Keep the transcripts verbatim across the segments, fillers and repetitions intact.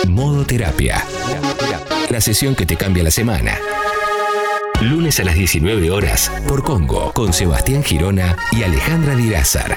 Modo Terapia. La sesión que te cambia la semana. Lunes a las diecinueve horas por Congo con Sebastián Girona y Alejandra Dirázar.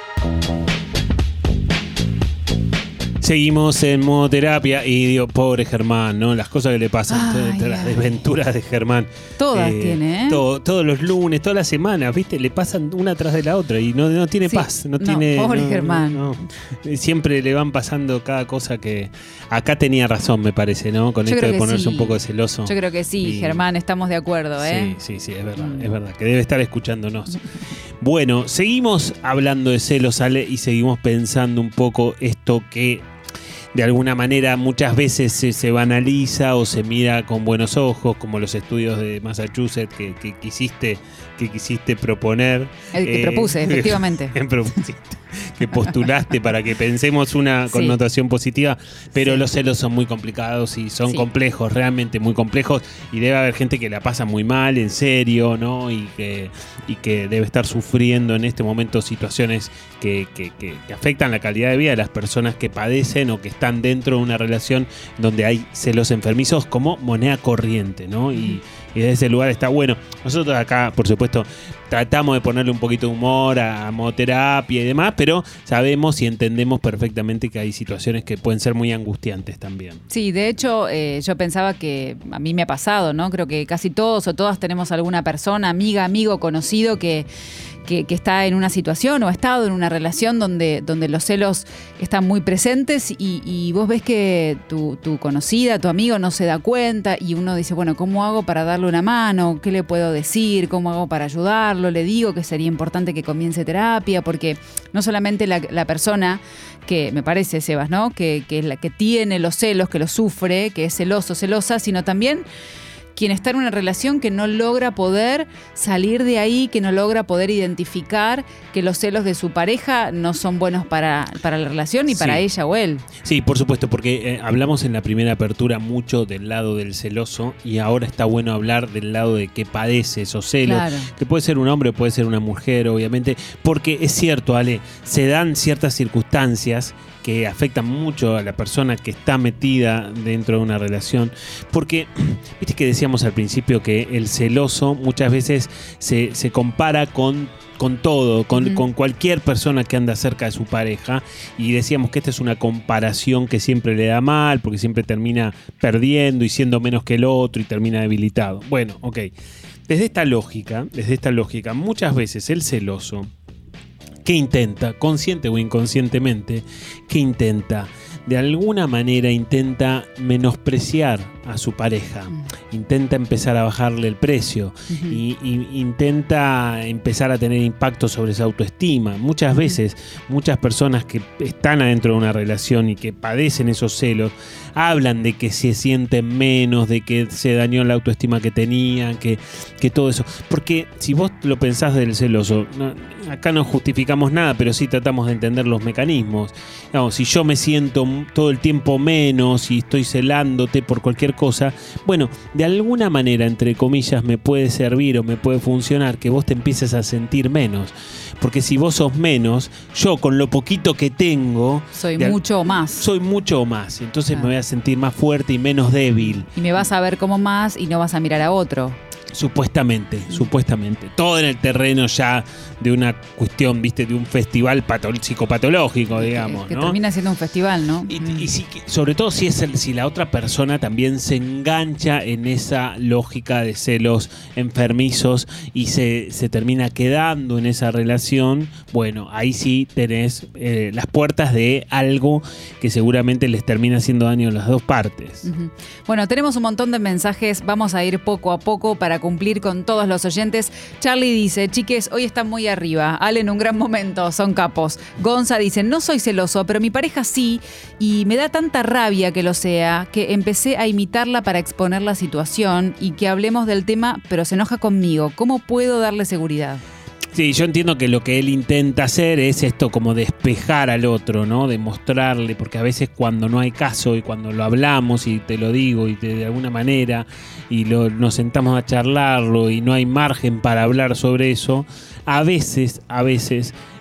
Seguimos en Modo Terapia y digo, pobre Germán, ¿no? Las cosas que le pasan, Ay, todas las ay. desventuras de Germán. Todas Eh, tiene, ¿eh? todo- todos los lunes, todas las semanas, ¿viste? Le pasan una tras de la otra y no, no tiene Sí. paz. No, No, tiene. pobre no, Germán. no, no. Siempre le van pasando cada cosa que. Acá tenía razón, me parece, ¿no? Con Yo esto creo de que ponerse sí. un poco de celoso. Yo creo que sí, Y- Germán, estamos de acuerdo, ¿eh? Sí, sí, sí, es verdad, Mm. es verdad, que debe estar escuchándonos. Bueno, seguimos hablando de celos, Ale, y seguimos pensando un poco esto que de alguna manera muchas veces se, se banaliza o se mira con buenos ojos, como los estudios de Massachusetts que, que quisiste, que quisiste proponer. El que Eh, propuse, efectivamente. que propusiste, que postulaste para que pensemos una Sí. connotación positiva, pero Sí. los celos son muy complicados y son Sí. complejos, realmente muy complejos, y debe haber gente que la pasa muy mal, en serio, ¿no? Y que, y que debe estar sufriendo en este momento situaciones que, que, que, que afectan la calidad de vida de las personas que padecen o que están dentro de una relación donde hay celos enfermizos como moneda corriente, ¿no? Y, y desde ese lugar está bueno. Nosotros acá, por supuesto, tratamos de ponerle un poquito de humor a, a modoterapia y demás, pero sabemos y entendemos perfectamente que hay situaciones que pueden ser muy angustiantes también. Sí, de hecho, eh, yo pensaba que a mí me ha pasado, ¿no? Creo que casi todos o todas tenemos alguna persona, amiga, amigo, conocido que, que, que está en una situación o ha estado en una relación donde, donde los celos están muy presentes y, y vos ves que tu, tu conocida, tu amigo no se da cuenta y uno dice, bueno, ¿cómo hago para darle una mano? ¿Qué le puedo decir? ¿Cómo hago para ayudarlo? Le digo que sería importante que comience terapia porque no solamente la, la persona que, me parece, Sebas, ¿no? Que, que es la que tiene los celos, que los sufre, que es celoso, celosa, sino también quien está en una relación que no logra poder salir de ahí, que no logra poder identificar que los celos de su pareja no son buenos para, para la relación ni para Sí. ella o él. Sí, por supuesto, porque eh, hablamos en la primera apertura mucho del lado del celoso y ahora está bueno hablar del lado de que padece esos celos, Claro. que puede ser un hombre, puede ser una mujer, obviamente, porque es cierto, Ale, se dan ciertas circunstancias que afectan mucho a la persona que está metida dentro de una relación, porque viste que decíamos al principio que el celoso muchas veces se, se compara con con todo, con, Ujú. con cualquier persona que anda cerca de su pareja, y decíamos que esta es una comparación que siempre le da mal, porque siempre termina perdiendo y siendo menos que el otro y termina debilitado. Bueno, ok. Desde esta lógica, desde esta lógica, muchas veces el celoso, ¿qué intenta? Consciente o inconscientemente, ¿qué intenta? De alguna manera intenta menospreciar a su pareja, intenta empezar a bajarle el precio, Ujú. y, y intenta empezar a tener impacto sobre su autoestima. Muchas veces, muchas personas que están adentro de una relación y que padecen esos celos, hablan de que se sienten menos, de que se dañó la autoestima que tenían, que, que todo eso. Porque si vos lo pensás del celoso, no, acá no justificamos nada, pero sí tratamos de entender los mecanismos. No, si yo me siento todo el tiempo menos y estoy celándote por cualquier cosa, bueno, de alguna manera, entre comillas, me puede servir o me puede funcionar que vos te empieces a sentir menos. Porque si vos sos menos, yo con lo poquito que tengo, Soy de al- mucho más. soy mucho más. Entonces Claro. me voy a sentir más fuerte y menos débil. Y me vas a ver como más y no vas a mirar a otro. Supuestamente, supuestamente. Todo en el terreno ya de una cuestión, viste, de un festival pato- psicopatológico, digamos, que, que ¿no? termina siendo un festival, ¿no? Y, Mm. y si- sobre todo si es el, si la otra persona también se engancha en esa lógica de celos enfermizos y se, se termina quedando en esa relación, bueno, ahí sí tenés eh, las puertas de algo que seguramente les termina haciendo daño a las dos partes. Ujú. Bueno, tenemos un montón de mensajes, vamos a ir poco a poco para cumplir con todos los oyentes. Charlie dice, chiques, hoy están muy arriba, Ale en un gran momento, son capos. Gonza dice, no soy celoso, pero mi pareja sí, y me da tanta rabia que lo sea, que empecé a imitarla para exponer la situación y que hablemos del tema, pero se enoja conmigo. ¿Cómo puedo darle seguridad? Sí, yo entiendo que lo que él intenta hacer es esto como despejar al otro, ¿no? Demostrarle, porque a veces cuando no hay caso y cuando lo hablamos y te lo digo y te, de alguna manera y lo, nos sentamos a charlarlo y no hay margen para hablar sobre eso, a veces, a veces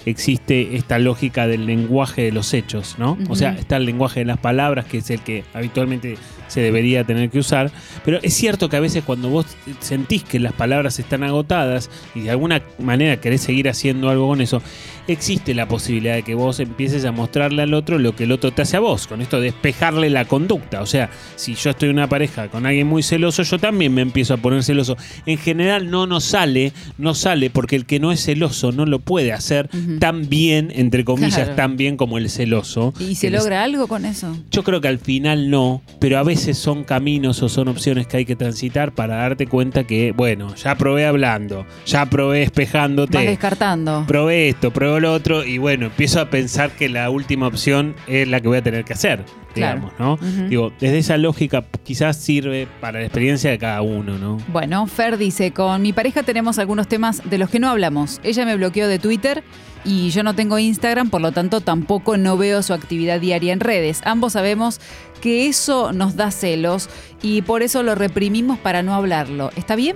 existe esta lógica del lenguaje de los hechos, ¿no? Uh-huh. O sea, está el lenguaje de las palabras, que es el que habitualmente se debería tener que usar, pero es cierto que a veces cuando vos sentís que las palabras están agotadas y de alguna manera querés seguir haciendo algo con eso, existe la posibilidad de que vos empieces a mostrarle al otro lo que el otro te hace a vos, con esto de despejarle la conducta. O sea, si yo estoy en una pareja con alguien muy celoso, yo también me empiezo a poner celoso. En general no nos sale, no sale porque el que no es celoso no lo puede hacer uh-huh. tan bien, entre comillas, claro. tan bien como el celoso. ¿Y se logra les... algo con eso? Yo creo que al final no, pero a veces son caminos o son opciones que hay que transitar para darte cuenta que, bueno, ya probé hablando, ya probé espejándote. Vas descartando. Probé esto, probé lo otro y bueno, empiezo a pensar que la última opción es la que voy a tener que hacer, digamos, claro. ¿no? Uh-huh. Digo, desde esa lógica quizás sirve para la experiencia de cada uno, ¿no? Bueno, Fer dice, con mi pareja tenemos algunos temas de los que no hablamos. Ella me bloqueó de Twitter y yo no tengo Instagram, por lo tanto tampoco no veo su actividad diaria en redes. Ambos sabemos que eso nos da celos y por eso lo reprimimos para no hablarlo. ¿Está bien?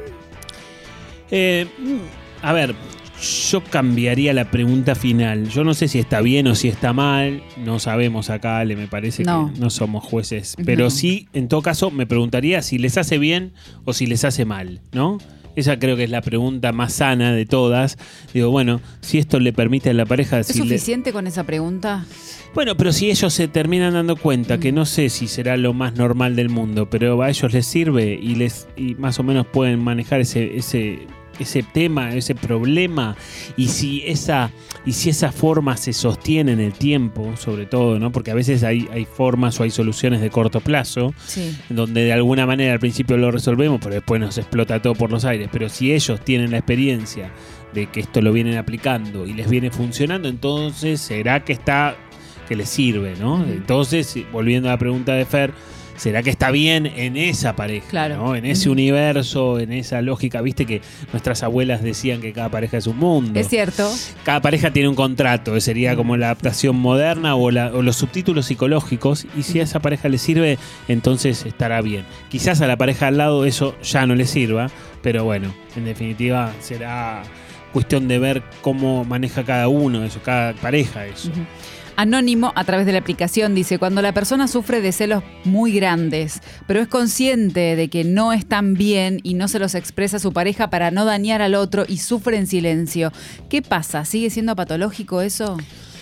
Eh, a ver, yo cambiaría la pregunta final. Yo no sé si está bien o si está mal. No sabemos acá, Ale, me parece no. que no somos jueces. Pero no. sí, en todo caso, me preguntaría si les hace bien o si les hace mal, ¿no? Esa creo que es la pregunta más sana de todas. Digo, bueno, si esto le permite a la pareja... ¿Es si suficiente le... con esa pregunta? Bueno, pero si ellos se terminan dando cuenta, mm. que no sé si será lo más normal del mundo, pero a ellos les sirve y les y más o menos pueden manejar ese... ese ese tema, ese problema, y si esa y si esa forma se sostiene en el tiempo, sobre todo, ¿no? Porque a veces hay, hay formas o hay soluciones de corto plazo, sí. donde de alguna manera al principio lo resolvemos, pero después nos explota todo por los aires. Pero si ellos tienen la experiencia de que esto lo vienen aplicando y les viene funcionando, entonces será que está que les sirve, ¿no? Uh-huh. Entonces, volviendo a la pregunta de Fer, ¿será que está bien en esa pareja? Claro. ¿no? En ese uh-huh. universo, en esa lógica. Viste que nuestras abuelas decían que cada pareja es un mundo. Es cierto. Cada pareja tiene un contrato. Sería como la adaptación moderna o, la, o los subtítulos psicológicos. Y si a esa pareja le sirve, entonces estará bien. Quizás a la pareja al lado eso ya no le sirva. Pero bueno, en definitiva será cuestión de ver cómo maneja cada uno eso, cada pareja eso. Uh-huh. Anónimo, a través de la aplicación, dice, cuando la persona sufre de celos muy grandes, pero es consciente de que no están bien y no se los expresa a su pareja para no dañar al otro y sufre en silencio, ¿qué pasa? ¿Sigue siendo patológico eso?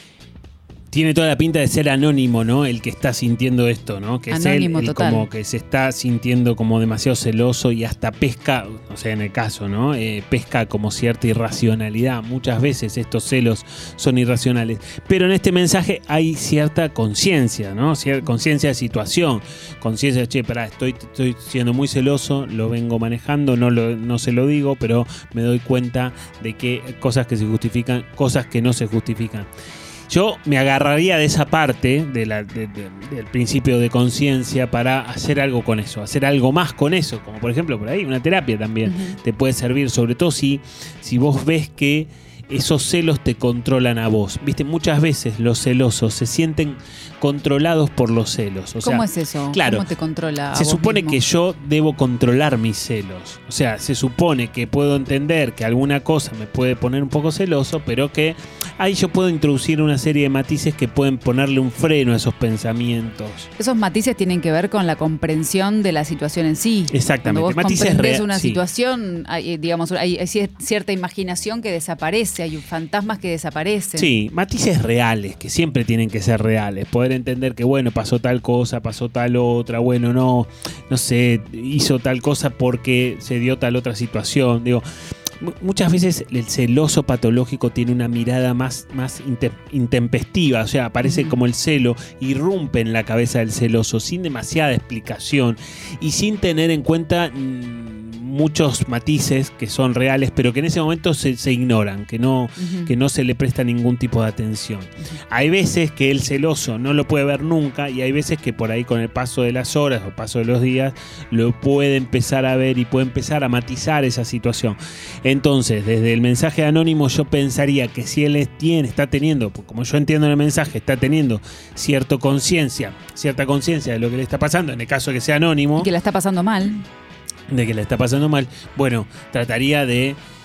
Tiene toda la pinta de ser anónimo, ¿no? El que está sintiendo esto, ¿no? Que anónimo, es él, él total. Como que se está sintiendo como demasiado celoso y hasta pesca, o sea, en el caso, ¿no? Eh, pesca como cierta irracionalidad. Muchas veces estos celos son irracionales. Pero en este mensaje hay cierta conciencia, ¿no? Cierta conciencia de situación. Conciencia de, che, pará, estoy, estoy siendo muy celoso, lo vengo manejando, no, lo, no se lo digo, pero me doy cuenta de que cosas que se justifican, cosas que no se justifican. Yo me agarraría de esa parte de la, de, de, del principio de conciencia para hacer algo con eso, hacer algo más con eso, como por ejemplo por ahí una terapia también uh-huh. te puede servir, sobre todo si, si vos ves que esos celos te controlan a vos. Viste, muchas veces los celosos se sienten controlados por los celos. O ¿Cómo sea, es eso? Claro, ¿Cómo te controla a se vos supone mismo? Que yo debo controlar mis celos. O sea, se supone que puedo entender que alguna cosa me puede poner un poco celoso, pero que ahí yo puedo introducir una serie de matices que pueden ponerle un freno a esos pensamientos. Esos matices tienen que ver con la comprensión de la situación en sí. Exactamente. Cuando vos matices comprendés real, una sí. situación, hay, digamos, hay, hay cierta imaginación que desaparece, hay fantasmas que desaparecen. Sí, matices reales, que siempre tienen que ser reales. Poder entender que, bueno, pasó tal cosa, pasó tal otra, bueno, no, no sé, hizo tal cosa porque se dio tal otra situación. Digo, muchas veces el celoso patológico tiene una mirada más, más intempestiva, o sea, aparece uh-huh. como el celo, irrumpe en la cabeza del celoso sin demasiada explicación y sin tener en cuenta mmm, muchos matices que son reales, pero que en ese momento se, se ignoran, que no, uh-huh. que no se le presta ningún tipo de atención. Uh-huh. Hay veces que el celoso no lo puede ver nunca y hay veces que por ahí con el paso de las horas o paso de los días lo puede empezar a ver y puede empezar a matizar esa situación. Entonces, desde el mensaje anónimo yo pensaría que si él tiene, está teniendo, como yo entiendo en el mensaje, está teniendo cierta conciencia, cierta conciencia de lo que le está pasando, en el caso de que sea anónimo. Y que la está pasando mal. De que la está pasando mal, bueno, trataría de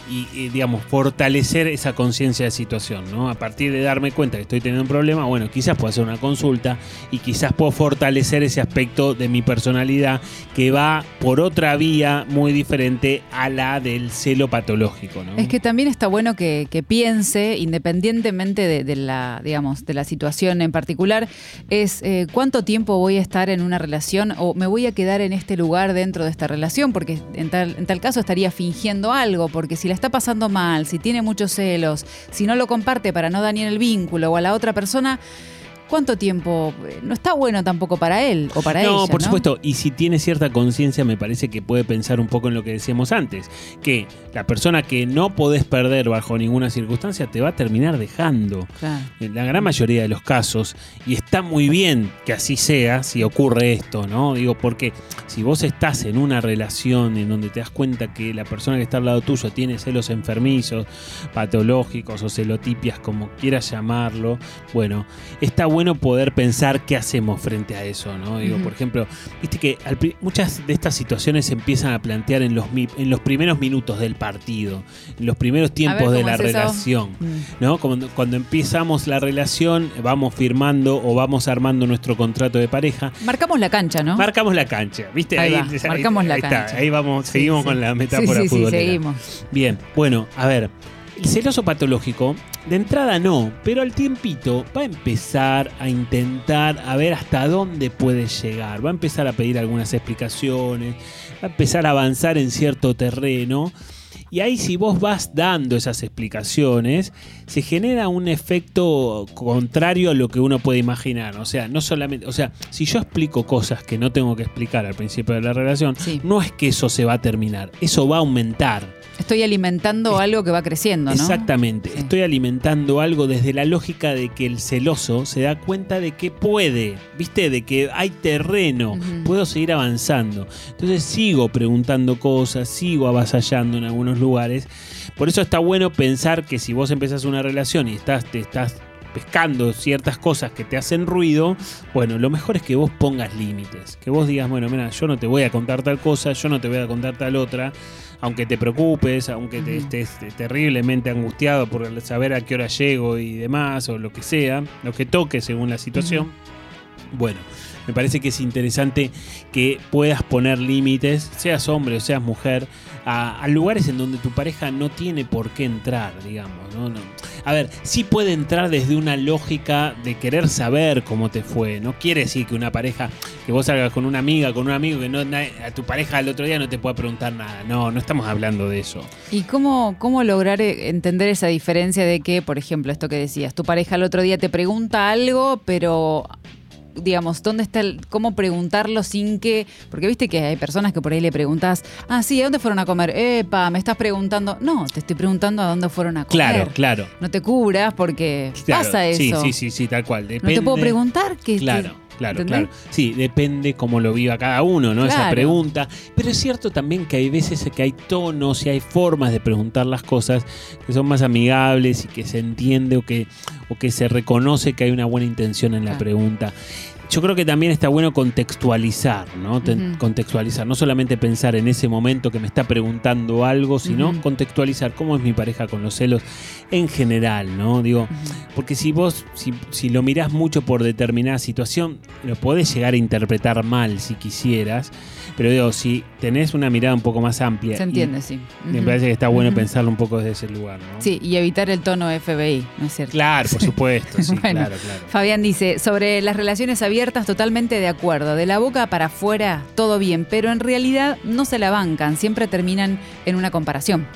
y, y, digamos, fortalecer esa conciencia de situación, ¿no? A partir de darme cuenta que estoy teniendo un problema, bueno, quizás puedo hacer una consulta y quizás puedo fortalecer ese aspecto de mi personalidad que va por otra vía muy diferente a la del celo patológico, ¿no? Es que también está bueno que, que piense, independientemente de, de la, digamos, de la situación en particular, es eh, cuánto tiempo voy a estar en una relación o me voy a quedar en este lugar dentro de esta relación, porque en tal, en tal caso estaría fingiendo algo, porque si la está pasando mal, si tiene muchos celos, si no lo comparte para no dañar el vínculo o a la otra persona, ¿cuánto tiempo? No está bueno tampoco para él o para ella, ¿no? No, por supuesto. Y si tiene cierta conciencia, me parece que puede pensar un poco en lo que decíamos antes. Que la persona que no podés perder bajo ninguna circunstancia te va a terminar dejando. Claro. En la gran mayoría de los casos. Y está muy bien que así sea si ocurre esto, ¿no? Digo, porque si vos estás en una relación en donde te das cuenta que la persona que está al lado tuyo tiene celos enfermizos, patológicos o celotipias, como quieras llamarlo, bueno, está bueno poder pensar qué hacemos frente a eso, ¿no? Digo, uh-huh. por ejemplo, viste que al, muchas de estas situaciones se empiezan a plantear en los, en los primeros minutos del partido, en los primeros tiempos de la relación, uh-huh. ¿no? Cuando, cuando empezamos la relación, vamos firmando o vamos armando nuestro contrato de pareja. Marcamos la cancha, ¿no? Marcamos la cancha, ¿viste? Ahí, ahí, ahí marcamos ahí, la ahí cancha. Está, ahí vamos, seguimos sí, con sí. la metáfora sí, sí, futbolera. Sí, seguimos. Bien, bueno, a ver. El celoso patológico, de entrada no, pero al tiempito va a empezar a intentar a ver hasta dónde puede llegar. Va a empezar a pedir algunas explicaciones, va a empezar a avanzar en cierto terreno. Y ahí si vos vas dando esas explicaciones, se genera un efecto contrario a lo que uno puede imaginar. O sea, no solamente, o sea, si yo explico cosas que no tengo que explicar al principio de la relación, sí. no es que eso se va a terminar, eso va a aumentar. Estoy alimentando es, algo que va creciendo, ¿no? Exactamente. Sí. Estoy alimentando algo desde la lógica de que el celoso se da cuenta de que puede, ¿viste? De que hay terreno, uh-huh. puedo seguir avanzando. Entonces sigo preguntando cosas, sigo avasallando en algunos lugares. Por eso está bueno pensar que si vos empezás una relación y estás, te estás pescando ciertas cosas que te hacen ruido, bueno, lo mejor es que vos pongas límites. Que vos digas, bueno, mira, yo no te voy a contar tal cosa, yo no te voy a contar tal otra. Aunque te preocupes, aunque te estés terriblemente angustiado por saber a qué hora llego y demás, o lo que sea, lo que toque según la situación. Uh-huh. Bueno, me parece que es interesante que puedas poner límites, seas hombre o seas mujer, a, a lugares en donde tu pareja no tiene por qué entrar, digamos, ¿no? No. A ver, sí puede entrar desde una lógica de querer saber cómo te fue. No quiere decir que una pareja, que vos salgas con una amiga, con un amigo, que no, a tu pareja al otro día no te pueda preguntar nada. No, no estamos hablando de eso. ¿Y cómo, cómo lograr entender esa diferencia de que, por ejemplo, esto que decías, tu pareja al otro día te pregunta algo, pero... digamos, ¿dónde está el, cómo preguntarlo sin que, porque viste que hay personas que por ahí le preguntas, ah, sí, ¿a dónde fueron a comer? Epa, me estás preguntando. No, te estoy preguntando a dónde fueron a comer. Claro, claro. No te cubras porque claro, pasa eso. Sí, sí, sí, sí, tal cual. Depende. No te puedo preguntar que claro. Te... Claro, ¿entendés? claro. Sí, depende cómo lo viva cada uno, ¿no? Claro. Esa pregunta. Pero es cierto también que hay veces que hay tonos y hay formas de preguntar las cosas que son más amigables y que se entiende o que, o que se reconoce que hay una buena intención en claro. la pregunta. Yo creo que también está bueno contextualizar, ¿no? Uh-huh. Contextualizar, no solamente pensar en ese momento que me está preguntando algo, sino uh-huh. contextualizar cómo es mi pareja con los celos en general, ¿no? Digo, uh-huh. porque si vos, si, si lo mirás mucho por determinada situación, lo podés llegar a interpretar mal si quisieras, pero digo, si tenés una mirada un poco más amplia. Se entiende, sí. Uh-huh. Me parece que está bueno uh-huh. pensarlo un poco desde ese lugar, ¿no? Sí, y evitar el tono F B I, ¿no es cierto? Claro, por supuesto, sí, bueno, claro, claro. Fabián dice, sobre las relaciones abiertas, totalmente de acuerdo. De la boca para afuera, todo bien, pero en realidad no se la bancan, siempre terminan en una comparación.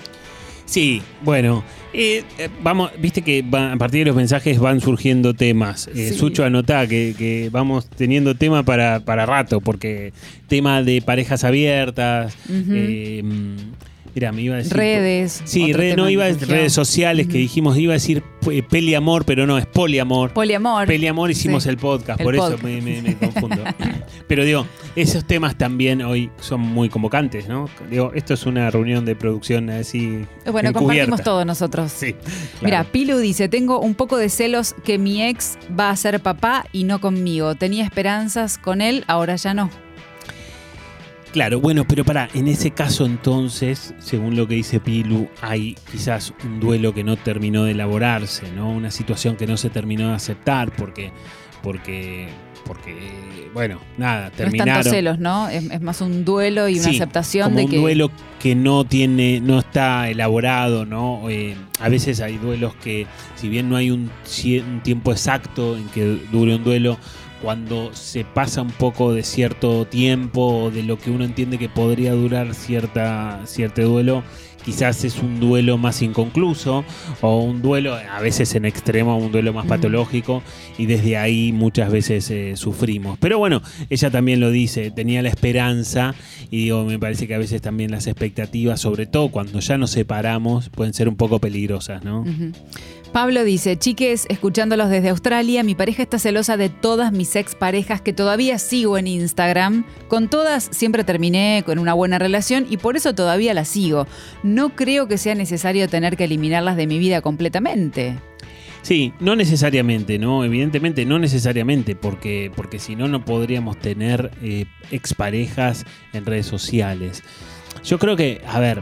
Sí, bueno, eh, eh, vamos, viste que va, a partir de los mensajes van surgiendo temas. Eh, sí. Sucho, anotá que, que vamos teniendo tema para, para rato, porque tema de parejas abiertas, uh-huh. eh, mira, me iba a decir... Redes. Sí, red, no iba a decir redes sociales uh-huh. que dijimos, iba a decir peliamor, pero no, es poliamor. Poliamor. Peliamor hicimos sí. el podcast, el por podcast. Eso me, me, me confundo. Pero digo, esos temas también hoy son muy convocantes, ¿no? Digo, esto es una reunión de producción así bueno, encubierta. Compartimos todo nosotros. Sí, claro. Mira, Pilu dice, tengo un poco de celos que mi ex va a ser papá y no conmigo. Tenía esperanzas con él, ahora ya no. Claro, bueno, pero pará, en ese caso entonces, según lo que dice Pilu, hay quizás un duelo que no terminó de elaborarse, ¿no? Una situación que no se terminó de aceptar porque, porque, porque, bueno, nada, terminaron. No es tanto celos, ¿no? Es, es más un duelo y una sí, aceptación como de un que... duelo que no tiene, no está elaborado, ¿no? Eh, a veces hay duelos que, si bien no hay un, un tiempo exacto en que dure un duelo, cuando se pasa un poco de cierto tiempo o de lo que uno entiende que podría durar cierta, cierto duelo, quizás es un duelo más inconcluso o un duelo, a veces en extremo, un duelo más patológico, y desde ahí muchas veces eh, sufrimos. Pero bueno, ella también lo dice, tenía la esperanza, y digo, me parece que a veces también las expectativas, sobre todo cuando ya nos separamos, pueden ser un poco peligrosas, ¿no? Uh-huh. Pablo dice, chiques, escuchándolos desde Australia, mi pareja está celosa de todas mis exparejas que todavía sigo en Instagram. Con todas siempre terminé con una buena relación y por eso todavía las sigo. No creo que sea necesario tener que eliminarlas de mi vida completamente. Sí, no necesariamente, ¿no? Evidentemente no necesariamente, porque, porque si no, no podríamos tener eh, exparejas en redes sociales. Yo creo que, a ver...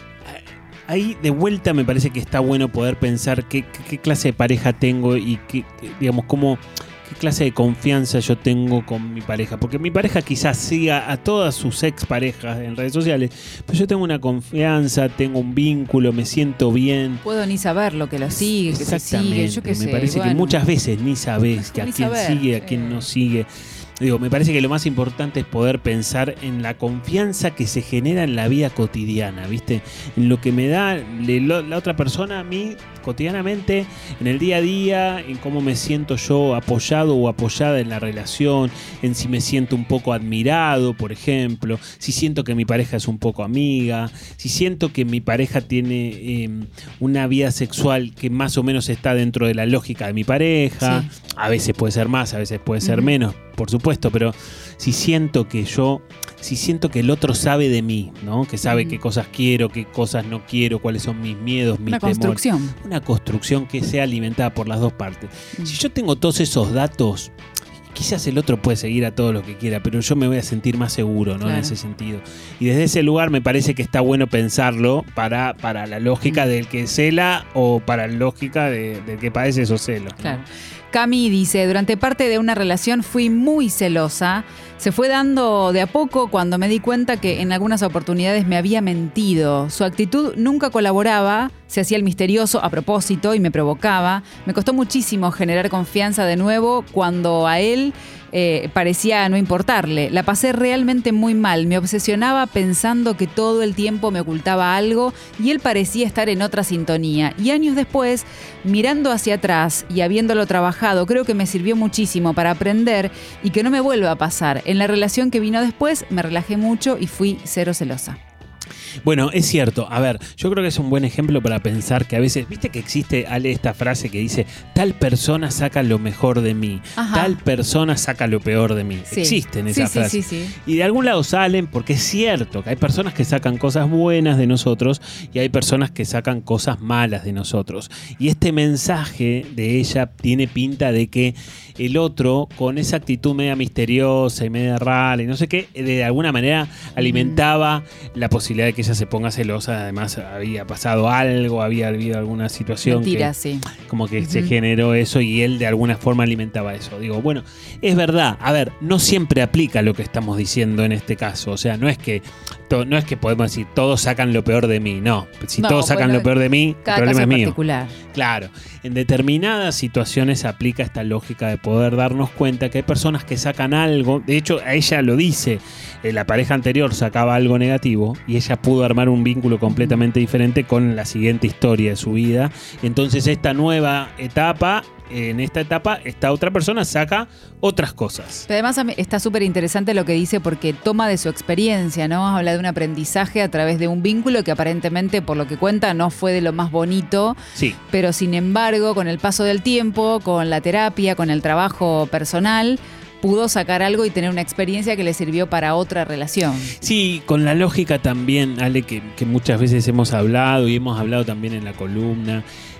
Ahí de vuelta me parece que está bueno poder pensar qué, qué, qué clase de pareja tengo y qué, digamos, cómo, qué clase de confianza yo tengo con mi pareja. Porque mi pareja quizás siga a todas sus exparejas en redes sociales, pero yo tengo una confianza, tengo un vínculo, me siento bien. Puedo ni saber lo que lo sigue, que se sigue, yo qué me sé. Me parece bueno. que muchas veces ni sabés que a quién saber, sigue, a quién eh. no sigue. Digo, me parece que lo más importante es poder pensar en la confianza que se genera en la vida cotidiana, ¿viste? En lo que me da la otra persona a mí cotidianamente, en el día a día, en cómo me siento yo apoyado o apoyada en la relación, en si me siento un poco admirado, por ejemplo, si siento que mi pareja es un poco amiga, si siento que mi pareja tiene eh, una vida sexual que más o menos está dentro de la lógica de mi pareja. Sí. A veces puede ser más, a veces puede ser uh-huh. menos, por supuesto, pero si siento que yo, si siento que el otro sabe de mí, ¿no? Que sabe uh-huh. qué cosas quiero, qué cosas no quiero, cuáles son mis miedos, mis una temores. Una construcción. Una construcción que sea alimentada por las dos partes. Uh-huh. Si yo tengo todos esos datos, quizás el otro puede seguir a todo lo que quiera, pero yo me voy a sentir más seguro, ¿no? Claro. En ese sentido. Y desde ese lugar me parece que está bueno pensarlo para, para la lógica uh-huh. del que cela o para la lógica de, del que padece esos celos, ¿no? Claro. Cami dice, durante parte de una relación fui muy celosa. Se fue dando de a poco cuando me di cuenta que en algunas oportunidades me había mentido. Su actitud nunca colaboraba, se hacía el misterioso a propósito y me provocaba. Me costó muchísimo generar confianza de nuevo cuando a él eh, parecía no importarle. La pasé realmente muy mal. Me obsesionaba pensando que todo el tiempo me ocultaba algo y él parecía estar en otra sintonía. Y años después, mirando hacia atrás y habiéndolo trabajado, creo que me sirvió muchísimo para aprender y que no me vuelva a pasar. En la relación que vino después me relajé mucho y fui cero celosa. Bueno, es cierto. A ver, yo creo que es un buen ejemplo para pensar que a veces, viste que existe, Ale, esta frase que dice, tal persona saca lo mejor de mí, Ajá. tal persona saca lo peor de mí. Sí. Existen esas sí, frases. Sí, sí, sí. Y de algún lado salen porque es cierto que hay personas que sacan cosas buenas de nosotros y hay personas que sacan cosas malas de nosotros. Y este mensaje de ella tiene pinta de que el otro, con esa actitud media misteriosa y media rara y no sé qué, de alguna manera alimentaba mm. la posibilidad de que ella se ponga celosa. Además había pasado algo, había habido alguna situación Mentira, que sí. como que uh-huh. se generó eso y él de alguna forma alimentaba eso. Digo, bueno, es verdad, a ver, no siempre aplica lo que estamos diciendo en este caso, o sea, no es que to, no es que podemos decir todos sacan lo peor de mí, no, si no, todos sacan bueno, lo peor de mí, el problema es mío. Particular. Claro, en determinadas situaciones aplica esta lógica de poder darnos cuenta que hay personas que sacan algo, de hecho a ella lo dice, eh, la pareja anterior sacaba algo negativo y ella pudo armar un vínculo completamente diferente con la siguiente historia de su vida. Entonces esta nueva etapa, en esta etapa, esta otra persona saca otras cosas. Pero además está súper interesante lo que dice porque toma de su experiencia, ¿no? Habla de un aprendizaje a través de un vínculo que aparentemente, por lo que cuenta, no fue de lo más bonito. Sí. Pero sin embargo, con el paso del tiempo, con la terapia, con el trabajo personal, pudo sacar algo y tener una experiencia que le sirvió para otra relación. Sí, con la lógica también, Ale, que, que muchas veces hemos hablado y hemos hablado también en la columna,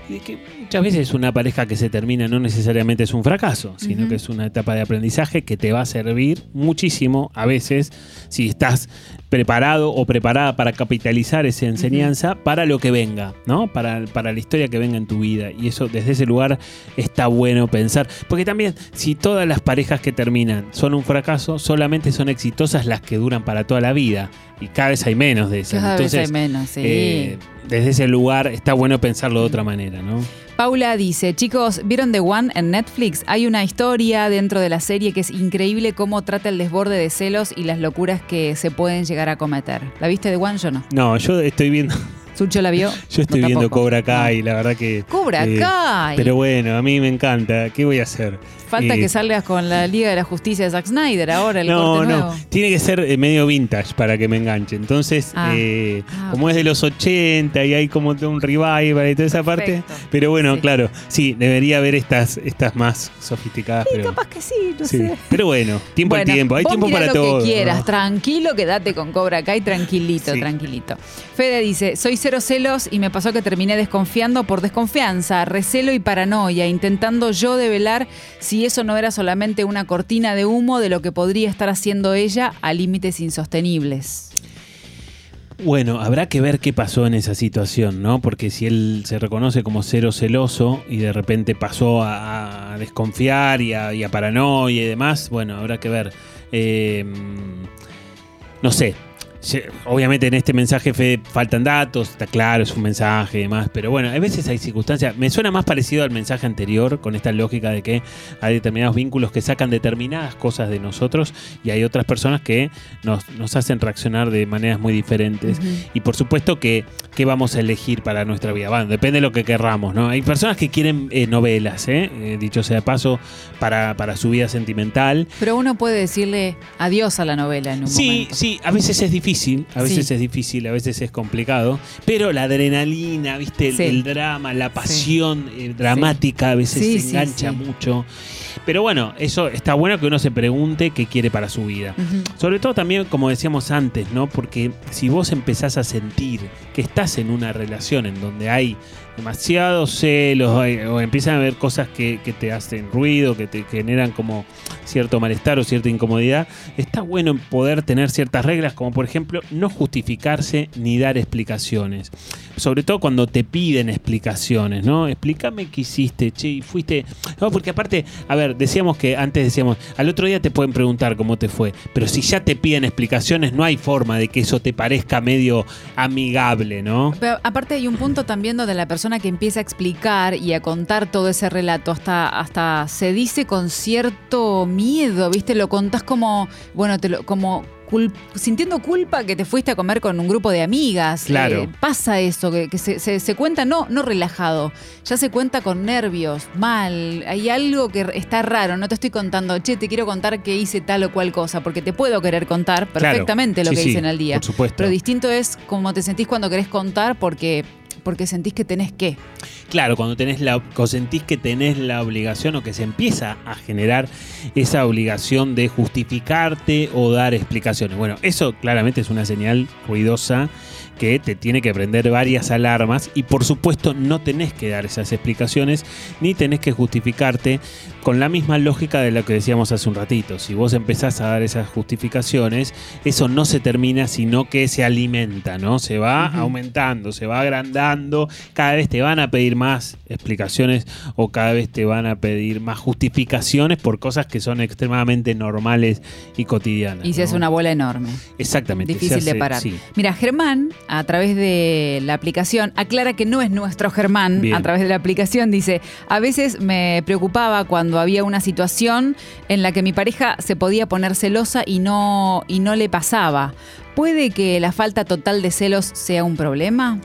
Y que muchas veces una pareja que se termina no necesariamente es un fracaso, sino uh-huh. que es una etapa de aprendizaje que te va a servir muchísimo a veces si estás preparado o preparada para capitalizar esa enseñanza uh-huh. para lo que venga, ¿no? Para, para la historia que venga en tu vida. Y eso desde ese lugar está bueno pensar. Porque también si todas las parejas que terminan son un fracaso, solamente son exitosas las que duran para toda la vida. Y cada vez hay menos de esas. Cada Entonces, vez hay menos, sí. Eh, desde ese lugar está bueno pensarlo de otra manera, ¿no? Paula dice, chicos, ¿vieron The One en Netflix? Hay una historia dentro de la serie que es increíble cómo trata el desborde de celos y las locuras que se pueden llegar a cometer. ¿La viste The One? Yo no. No, yo estoy viendo... ¿Sucho la vio? Yo estoy no, viendo tampoco. Cobra Kai, no. la verdad que... ¡Cobra eh, Kai! Pero bueno, a mí me encanta. ¿Qué voy a hacer? Falta eh, que salgas con la Liga de la Justicia de Zack Snyder ahora, el no, corte no. nuevo. Tiene que ser eh, medio vintage para que me enganche. Entonces, Ah. eh, Ah, como es de los ochenta y hay como todo un revival y toda esa Perfecto. parte. Pero bueno, Sí. claro, sí, debería haber estas, estas más sofisticadas. Sí, pero, capaz que sí, no sí. sé. Pero bueno, tiempo Bueno, al tiempo. Hay vos tiempo mirá para lo todo. que quieras, ¿no? tranquilo, quédate con Cobra Kai, tranquilito, Sí. tranquilito. Fede dice, soy cero celos y me pasó que terminé desconfiando por desconfianza, recelo y paranoia, intentando yo develar si eso no era solamente una cortina de humo de lo que podría estar haciendo ella a límites insostenibles. Bueno, habrá que ver qué pasó en esa situación, ¿no? Porque si él se reconoce como cero celoso y de repente pasó a, a desconfiar y a, y a paranoia y demás, bueno, habrá que ver. Eh, no sé. Obviamente en este mensaje Fede, faltan datos, está claro, es un mensaje y demás, pero bueno, a veces hay circunstancias, me suena más parecido al mensaje anterior, con esta lógica de que hay determinados vínculos que sacan determinadas cosas de nosotros y hay otras personas que nos, nos hacen reaccionar de maneras muy diferentes. Uh-huh. Y por supuesto que, que vamos a elegir para nuestra vida, bueno, depende de lo que querramos, ¿no? Hay personas que quieren eh, novelas, ¿eh? Eh, dicho sea de paso, para, para su vida sentimental. Pero uno puede decirle adiós a la novela en un sí, momento. Sí, sí, a veces es difícil. A veces sí. es difícil, a veces es complicado, pero la adrenalina, ¿viste? El, sí. el drama, la pasión sí. eh, dramática a veces sí, se engancha sí, sí. mucho. Pero bueno, eso está bueno que uno se pregunte qué quiere para su vida. Uh-huh. Sobre todo también, como decíamos antes, ¿no? Porque si vos empezás a sentir que estás en una relación en donde hay demasiados celos o empiezan a haber cosas que, que te hacen ruido, que te generan como cierto malestar o cierta incomodidad, está bueno poder tener ciertas reglas, como por ejemplo no justificarse ni dar explicaciones. Sobre todo cuando te piden explicaciones, ¿no? Explícame qué hiciste, che, fuiste... No, porque aparte, a ver, decíamos que antes decíamos, al otro día te pueden preguntar cómo te fue, pero si ya te piden explicaciones, no hay forma de que eso te parezca medio amigable, ¿no? Pero aparte hay un punto también donde la persona que empieza a explicar y a contar todo ese relato hasta, hasta se dice con cierto miedo, ¿viste? Lo contás como, bueno, te lo, como cul- sintiendo culpa que te fuiste a comer con un grupo de amigas. Claro. Eh, pasa eso, que, que se, se, se cuenta no, no relajado, ya se cuenta con nervios, mal. Hay algo que está raro, no te estoy contando, che, te quiero contar que hice tal o cual cosa, porque te puedo querer contar perfectamente claro. lo sí, que sí, hice en el día. Por supuesto. Pero distinto es cómo te sentís cuando querés contar porque... porque sentís que tenés que. Claro, cuando tenés la, cuando sentís que tenés la obligación o que se empieza a generar esa obligación de justificarte o dar explicaciones. Bueno, eso claramente es una señal ruidosa que te tiene que prender varias alarmas y por supuesto no tenés que dar esas explicaciones ni tenés que justificarte con la misma lógica de lo que decíamos hace un ratito. Si vos empezás a dar esas justificaciones, eso no se termina, sino que se alimenta, ¿no? Se va uh-huh. aumentando, se va agrandando, cada vez te van a pedir más explicaciones o cada vez te van a pedir más justificaciones por cosas que son extremadamente normales y cotidianas. Y se ¿no? hace una bola enorme. Exactamente. Difícil hace, de parar. Sí. Mira, Germán, a través de la aplicación, aclara que no es nuestro Germán, Bien. a través de la aplicación, dice, a veces me preocupaba cuando había una situación en la que mi pareja se podía poner celosa y no, y no le pasaba. ¿Puede que la falta total de celos sea un problema?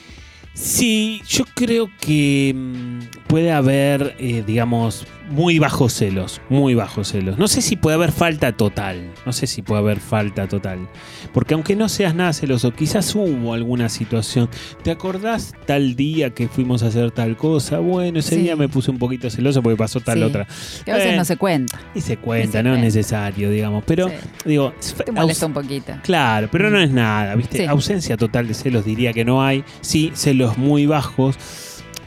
Sí, yo creo que mmm, puede haber, eh, digamos, muy bajos celos, muy bajos celos. No sé si puede haber falta total, no sé si puede haber falta total. Porque aunque no seas nada celoso, quizás hubo alguna situación. ¿Te acordás tal día que fuimos a hacer tal cosa? Bueno, ese sí. día me puse un poquito celoso porque pasó tal sí. otra. Que a veces eh, no se cuenta. Y se cuenta, se no cuenta. es necesario, digamos. Pero, sí. digo... Te molesta un poquito. Claro, pero no es nada, ¿viste? Sí. Ausencia total de celos diría que no hay. Sí, celos muy bajos.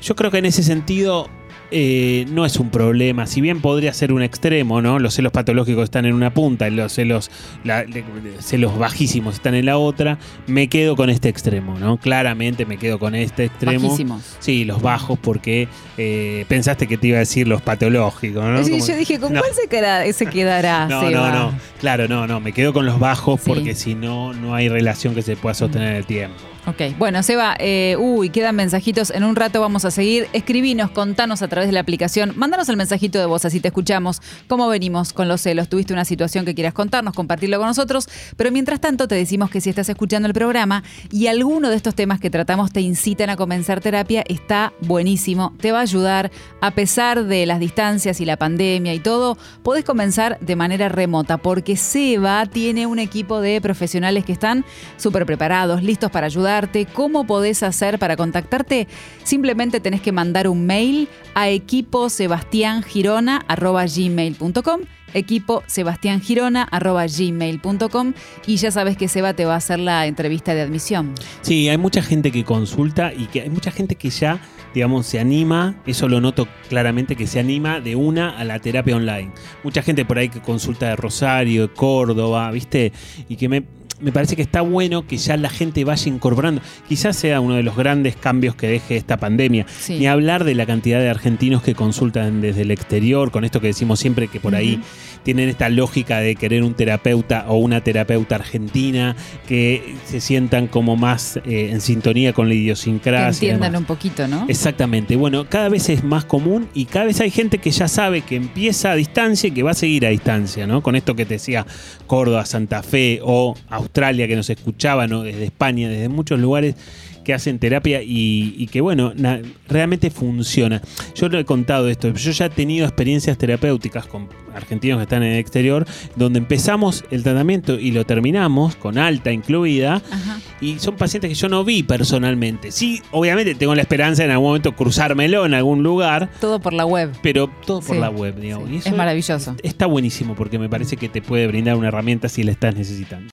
Yo creo que en ese sentido eh, no es un problema. Si bien podría ser un extremo, ¿no? Los celos patológicos están en una punta y los celos, la, de, celos bajísimos están en la otra, me quedo con este extremo, ¿no? Claramente me quedo con este extremo. Bajísimos. Sí, los bajos, porque eh, pensaste que te iba a decir los patológicos, ¿no? Sí, Como, yo dije, ¿con no. cuál se, queda, se quedará? No, Seba? no, no. Claro, no, no. Me quedo con los bajos Sí. porque si no, no hay relación que se pueda sostener en el tiempo. Ok, bueno, Seba, eh, uy, quedan mensajitos. En un rato vamos a seguir. Escribinos, contanos a través de la aplicación. Mándanos el mensajito de voz, así te escuchamos. ¿Cómo venimos con los celos? ¿Tuviste una situación que quieras contarnos? Compartirlo con nosotros. Pero mientras tanto, te decimos que si estás escuchando el programa y alguno de estos temas que tratamos te incitan a comenzar terapia, está buenísimo. Te va a ayudar. A pesar de las distancias y la pandemia y todo, podés comenzar de manera remota, porque Seba tiene un equipo de profesionales que están súper preparados, listos para ayudar. ¿Cómo podés hacer para contactarte? Simplemente tenés que mandar un mail a equipo sebastián girona arroba gmail punto com, equipo sebastián girona arroba gmail punto com, y ya sabes que Seba te va a hacer la entrevista de admisión. Sí, hay mucha gente que consulta y que hay mucha gente que ya, digamos, se anima, eso lo noto claramente, que se anima de una a la terapia online. Mucha gente por ahí que consulta de Rosario, de Córdoba, ¿viste? Y que me... Me parece que está bueno que ya la gente vaya incorporando. Quizás sea uno de los grandes cambios que deje esta pandemia. Sí. Ni hablar de la cantidad de argentinos que consultan desde el exterior, con esto que decimos siempre, que por ahí uh-huh. tienen esta lógica de querer un terapeuta o una terapeuta argentina, que se sientan como más eh, en sintonía con la idiosincrasia. Que entiendan un poquito, ¿no? Exactamente. Bueno, cada vez es más común y cada vez hay gente que ya sabe que empieza a distancia y que va a seguir a distancia, ¿no? Con esto que te decía Córdoba, Santa Fe o Australia, Australia, que nos escuchaban, ¿no? Desde España, desde muchos lugares que hacen terapia y, y que, bueno, na, realmente funciona. Yo lo he contado esto, yo ya he tenido experiencias terapéuticas con argentinos que están en el exterior, donde empezamos el tratamiento y lo terminamos, con alta incluida. Ajá. Y son pacientes que yo no vi personalmente. Sí, obviamente tengo la esperanza en algún momento cruzármelo en algún lugar. Todo por la web. Pero todo por sí, la web, digamos. Sí. Y eso es maravilloso. Está buenísimo porque me parece que te puede brindar una herramienta si la estás necesitando.